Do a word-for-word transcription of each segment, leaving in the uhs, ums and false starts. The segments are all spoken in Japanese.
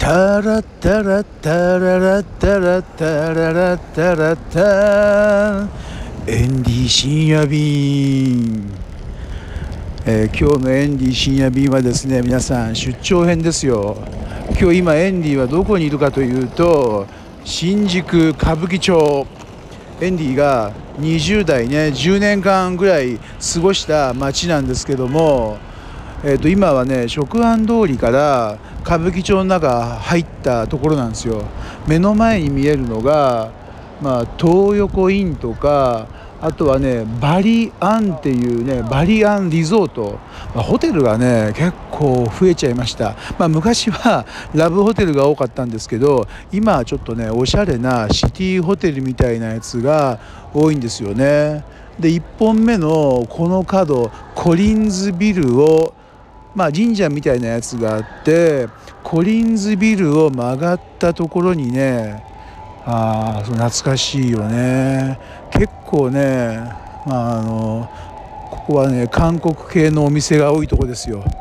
タラッタラッタララッタラッタララッタラッタエンディ深夜便、えー、今日のエンディ深夜便はですね、皆さん出張編ですよ。今日今エンディはどこにいるかというと、新宿歌舞伎町。エンディがにじゅう代ね、じゅうねんかんぐらい過ごした街なんですけども、えー、と今はね、食安通りから歌舞伎町の中入ったところなんですよ。目の前に見えるのが、まあ、東横インとか、あとはねバリアンっていうね、バリアンリゾート、まあ、ホテルがね結構増えちゃいました。まあ、昔はラブホテルが多かったんですけど、今はちょっとねおしゃれなシティホテルみたいなやつが多いんですよね。でいっぽんめのこの角、コリンズビルを、まあ、神社みたいなやつがあって、コリンズビルを曲がったところにね、あー懐かしいよね。結構ね、まあ、あのここはね韓国系のお店が多いとこですよ。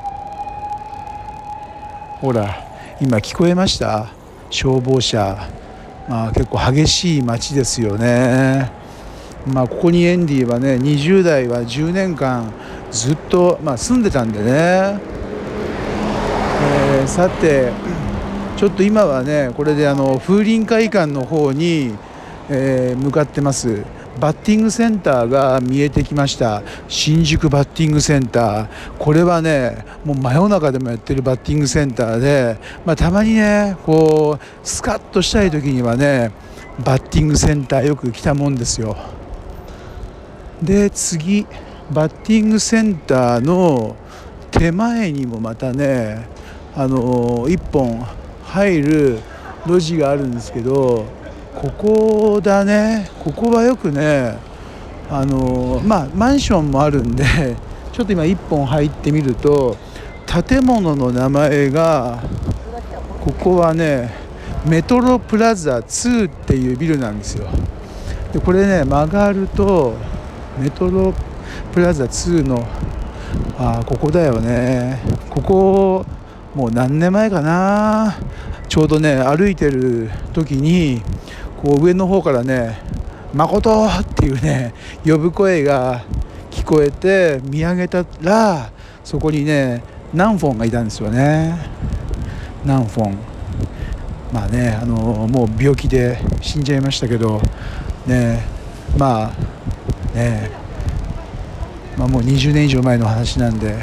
ほら今聞こえました？消防車。まあ、結構激しい街ですよね。まあ、ここにエンディはねにじゅう代はじゅうねんかんずっと、まあ、住んでたんでね、えー、さてちょっと今はねこれであの風林会館の方に、えー向かってます。バッティングセンターが見えてきました。新宿バッティングセンター、これはねもう真夜中でもやってるバッティングセンターで、まあ、たまにねこうスカッとしたい時にはねバッティングセンターよく来たもんですよ。で次バッティングセンターの手前にもまたねあのいっぽん入る路地があるんですけど、ここだね。ここはよくねあのまあマンションもあるんで、ちょっと今いっぽん入ってみると建物の名前が、ここはねメトロプラザツーっていうビルなんですよ。でこれね曲がるとメトロプラザツーの、あここだよね。ここもう何年前かな、ちょうどね歩いてる時にこう上の方からね誠っていうね呼ぶ声が聞こえて見上げたら、そこにねナンフォンがいたんですよね。ナンフォン、まあねあのもう病気で死んじゃいましたけどね、まあねまあ、もうにじゅうねん以上前の話なんで、うん、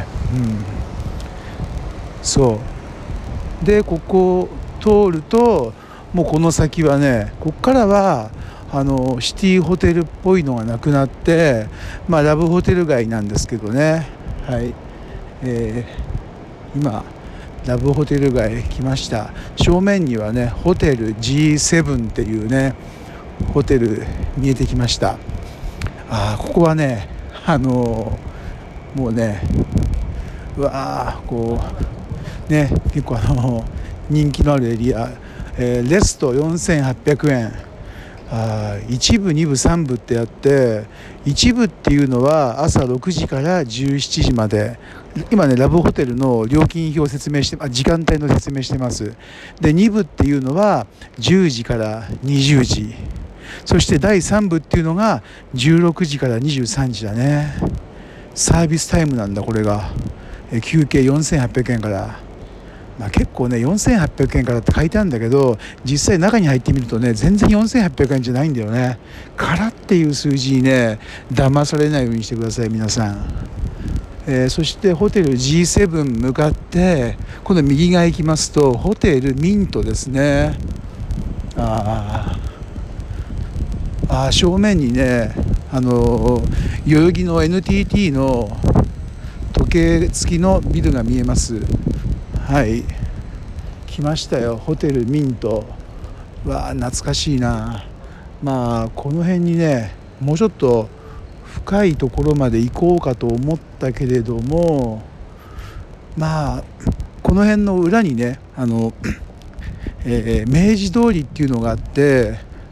そうでここを通るともうこの先はね、ここからはあのシティホテルっぽいのがなくなって、まあ、ラブホテル街なんですけどね。はい、えー、今ラブホテル街来ました。正面にはねホテル ジーセブン っていうねホテル見えてきました。あここはねあのー、もうねうわーこうね結構あの人気のあるエリア、えー、レストよんせんはっぴゃくえん、あいち部に部さん部ってあって、いち部っていうのは朝ろくじからじゅうしちじまで、今ねラブホテルの料金表を説明して、あ時間帯の説明してます。でに部っていうのはじゅうじからにじゅうじ、そしてだいさん部っていうのがじゅうろくじからにじゅうさんじだね。サービスタイムなんだこれが。え休憩よんせんはっぴゃくえんから、まあ、結構ねよんせんはっぴゃくえんからって書いてあるんだけど、実際中に入ってみるとね全然よんせんはっぴゃくえんじゃないんだよね。からっていう数字にね騙されないようにしてください皆さん。えー、そしてホテル ジーセブン 向かって今度右側行きますとホテルミントですね。ああ正面にねあの代々木の エヌティーティー の時計付きのビルが見えます。はい来ましたよホテルミント。わあ懐かしいな。まあこの辺にねもうちょっと深いところまで行こうかと思ったけれども、まあこの辺の裏にねあの、えー、明治通りっていうのがあって、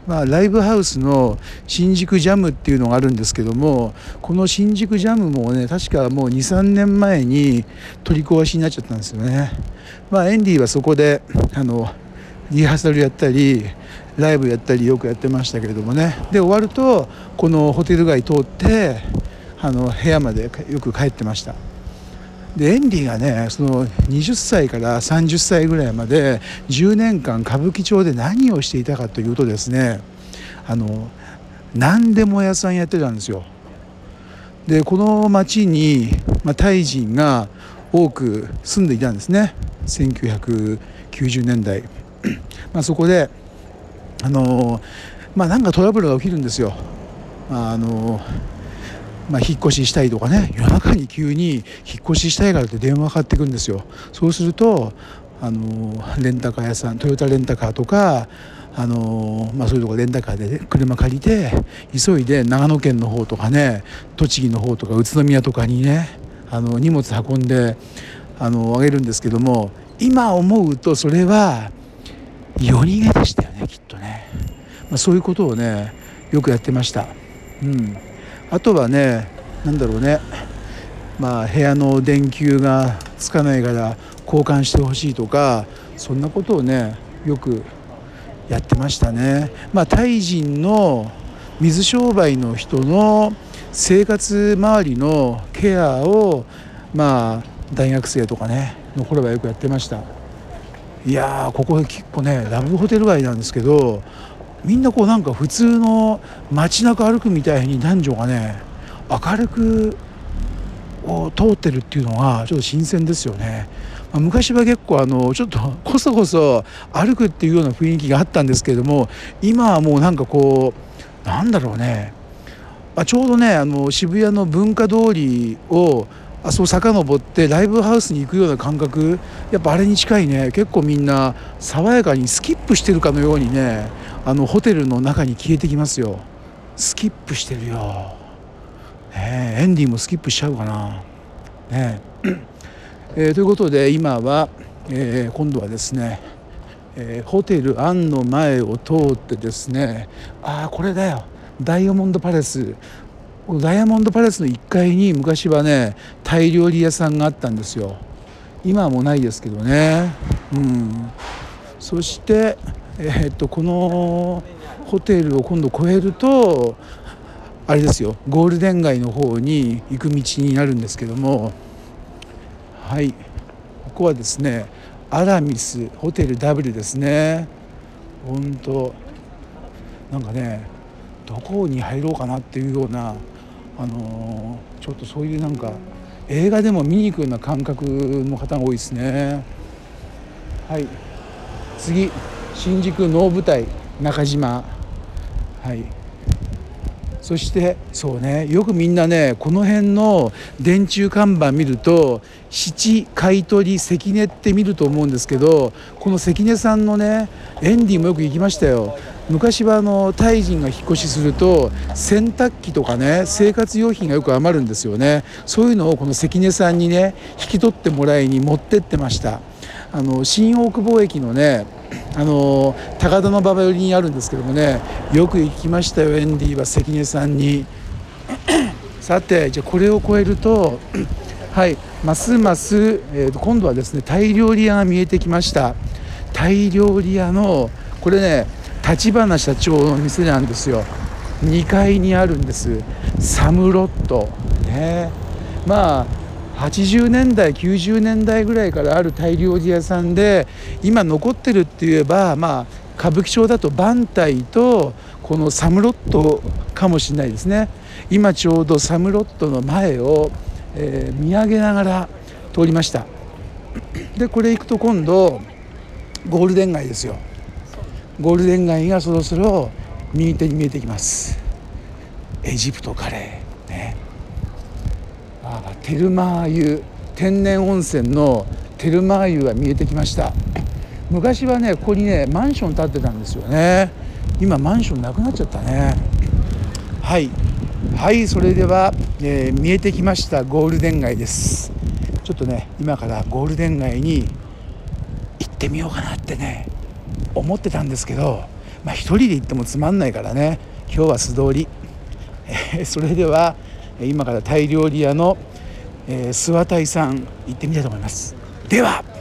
まあ、ライブハウスの新宿ジャムっていうのがあるんですけども、この新宿ジャムもね確かもう にさんねんまえに取り壊しになっちゃったんですよね。まあエンディはそこであのリハーサルやったりライブやったりよくやってましたけれどもね。で終わるとこのホテル街通ってあの部屋までよく帰ってました。でエンディがねそのはたちからさんじゅっさいぐらいまでじゅうねんかん歌舞伎町で何をしていたかというとですね、あの何でも屋さんやってたんですよ。でこの町に、まあ、タイ人が多く住んでいたんですね、せんきゅうひゃくきゅうじゅうねんだいまあそこであのまあなんかトラブルが起きるんですよ。あのまあ、引っ越ししたいとかね、夜中に急に引っ越ししたいからって電話がかかってくるんですよ。そうするとあのレンタカー屋さん、トヨタレンタカーとかあの、まあ、そういうとこレンタカーで、ね、車借りて急いで長野県の方とかね、栃木の方とか宇都宮とかにねあの荷物運んであのあげるんですけども、今思うとそれは夜逃げでしたよね、きっとね。まあ、そういうことをねよくやってました。うん、あとはね、なんだろうね、まあ部屋の電球がつかないから交換してほしいとか、そんなことをねよくやってましたね。まあタイ人の水商売の人の生活周りのケアをまあ大学生とかねの頃はよくやってました。いやー、ここ結構ねラブホテル街なんですけど、みんなこうなんか普通の街中歩くみたいに男女がね明るく通ってるっていうのがちょっと新鮮ですよね。まあ、昔は結構あのちょっとこそこそ歩くっていうような雰囲気があったんですけれども、今はもうなんかこうなんだろうね、まあ、ちょうどねあの渋谷の文化通りをあそう遡ってライブハウスに行くような感覚、やっぱあれに近いね。結構みんな爽やかにスキップしてるかのようにねあのホテルの中に消えてきますよ。スキップしてるよ、ね、エンディもスキップしちゃうかな、ねえー、ということで今は、えー、今度はですね、えー、ホテルアンの前を通ってですね、ああこれだよ、ダイヤモンドパレス。ダイヤモンドパレスのいっかいに昔はねタイ料理屋さんがあったんですよ。今はもうないですけどね。うん、そして、えー、っとこのホテルを今度越えるとあれですよ、ゴールデン街の方に行く道になるんですけども、はい、ここはですねアラミスホテル ダブリュー ですね。本当なんかねどこに入ろうかなっていうようなあのー、ちょっとそういうなんか映画でも見に行くような感覚の方が多いですね。はい、次新宿能舞台中島。はい、そしてそうね、よくみんなねこの辺の電柱看板見ると七買取関根って見ると思うんですけど、この関根さんのねエンディもよく行きましたよ。昔はあのタイ人が引っ越しすると洗濯機とかね生活用品がよく余るんですよね。そういうのをこの関根さんにね引き取ってもらいに持ってってました。あの新大久保駅のねあの高田馬場寄りにあるんですけどもね、よく行きましたよエンディは関根さんにさてじゃあこれを越えるとはいますます、えー、と今度はですねタイ料理屋が見えてきました。タイ料理屋のこれね立花社長の店なんですよ。にかいにあるんです。サムロットね。まあはちじゅうねんだいきゅうじゅうねんだいぐらいからあるタイ料理屋さんで、今残ってるって言えばまあ歌舞伎町だとバンタイとこのサムロットかもしれないですね。今ちょうどサムロットの前を、えー、見上げながら通りました。でこれ行くと今度ゴールデン街ですよ。ゴールデン街がそろそろ右手に見えてきます。エジプトカレーね。ああテルマー湯、天然温泉のテルマー湯が見えてきました。昔はねここにねマンション建ってたんですよね。今マンションなくなっちゃったね。はいはいそれでは、えー、見えてきましたゴールデン街です。ちょっとね今からゴールデン街に行ってみようかなってね思ってたんですけど、 まあ一人で行ってもつまんないからね、今日は素通り、えー、それでは今からタイ料理屋の、えー、諏訪タイさん行ってみたいと思います。では。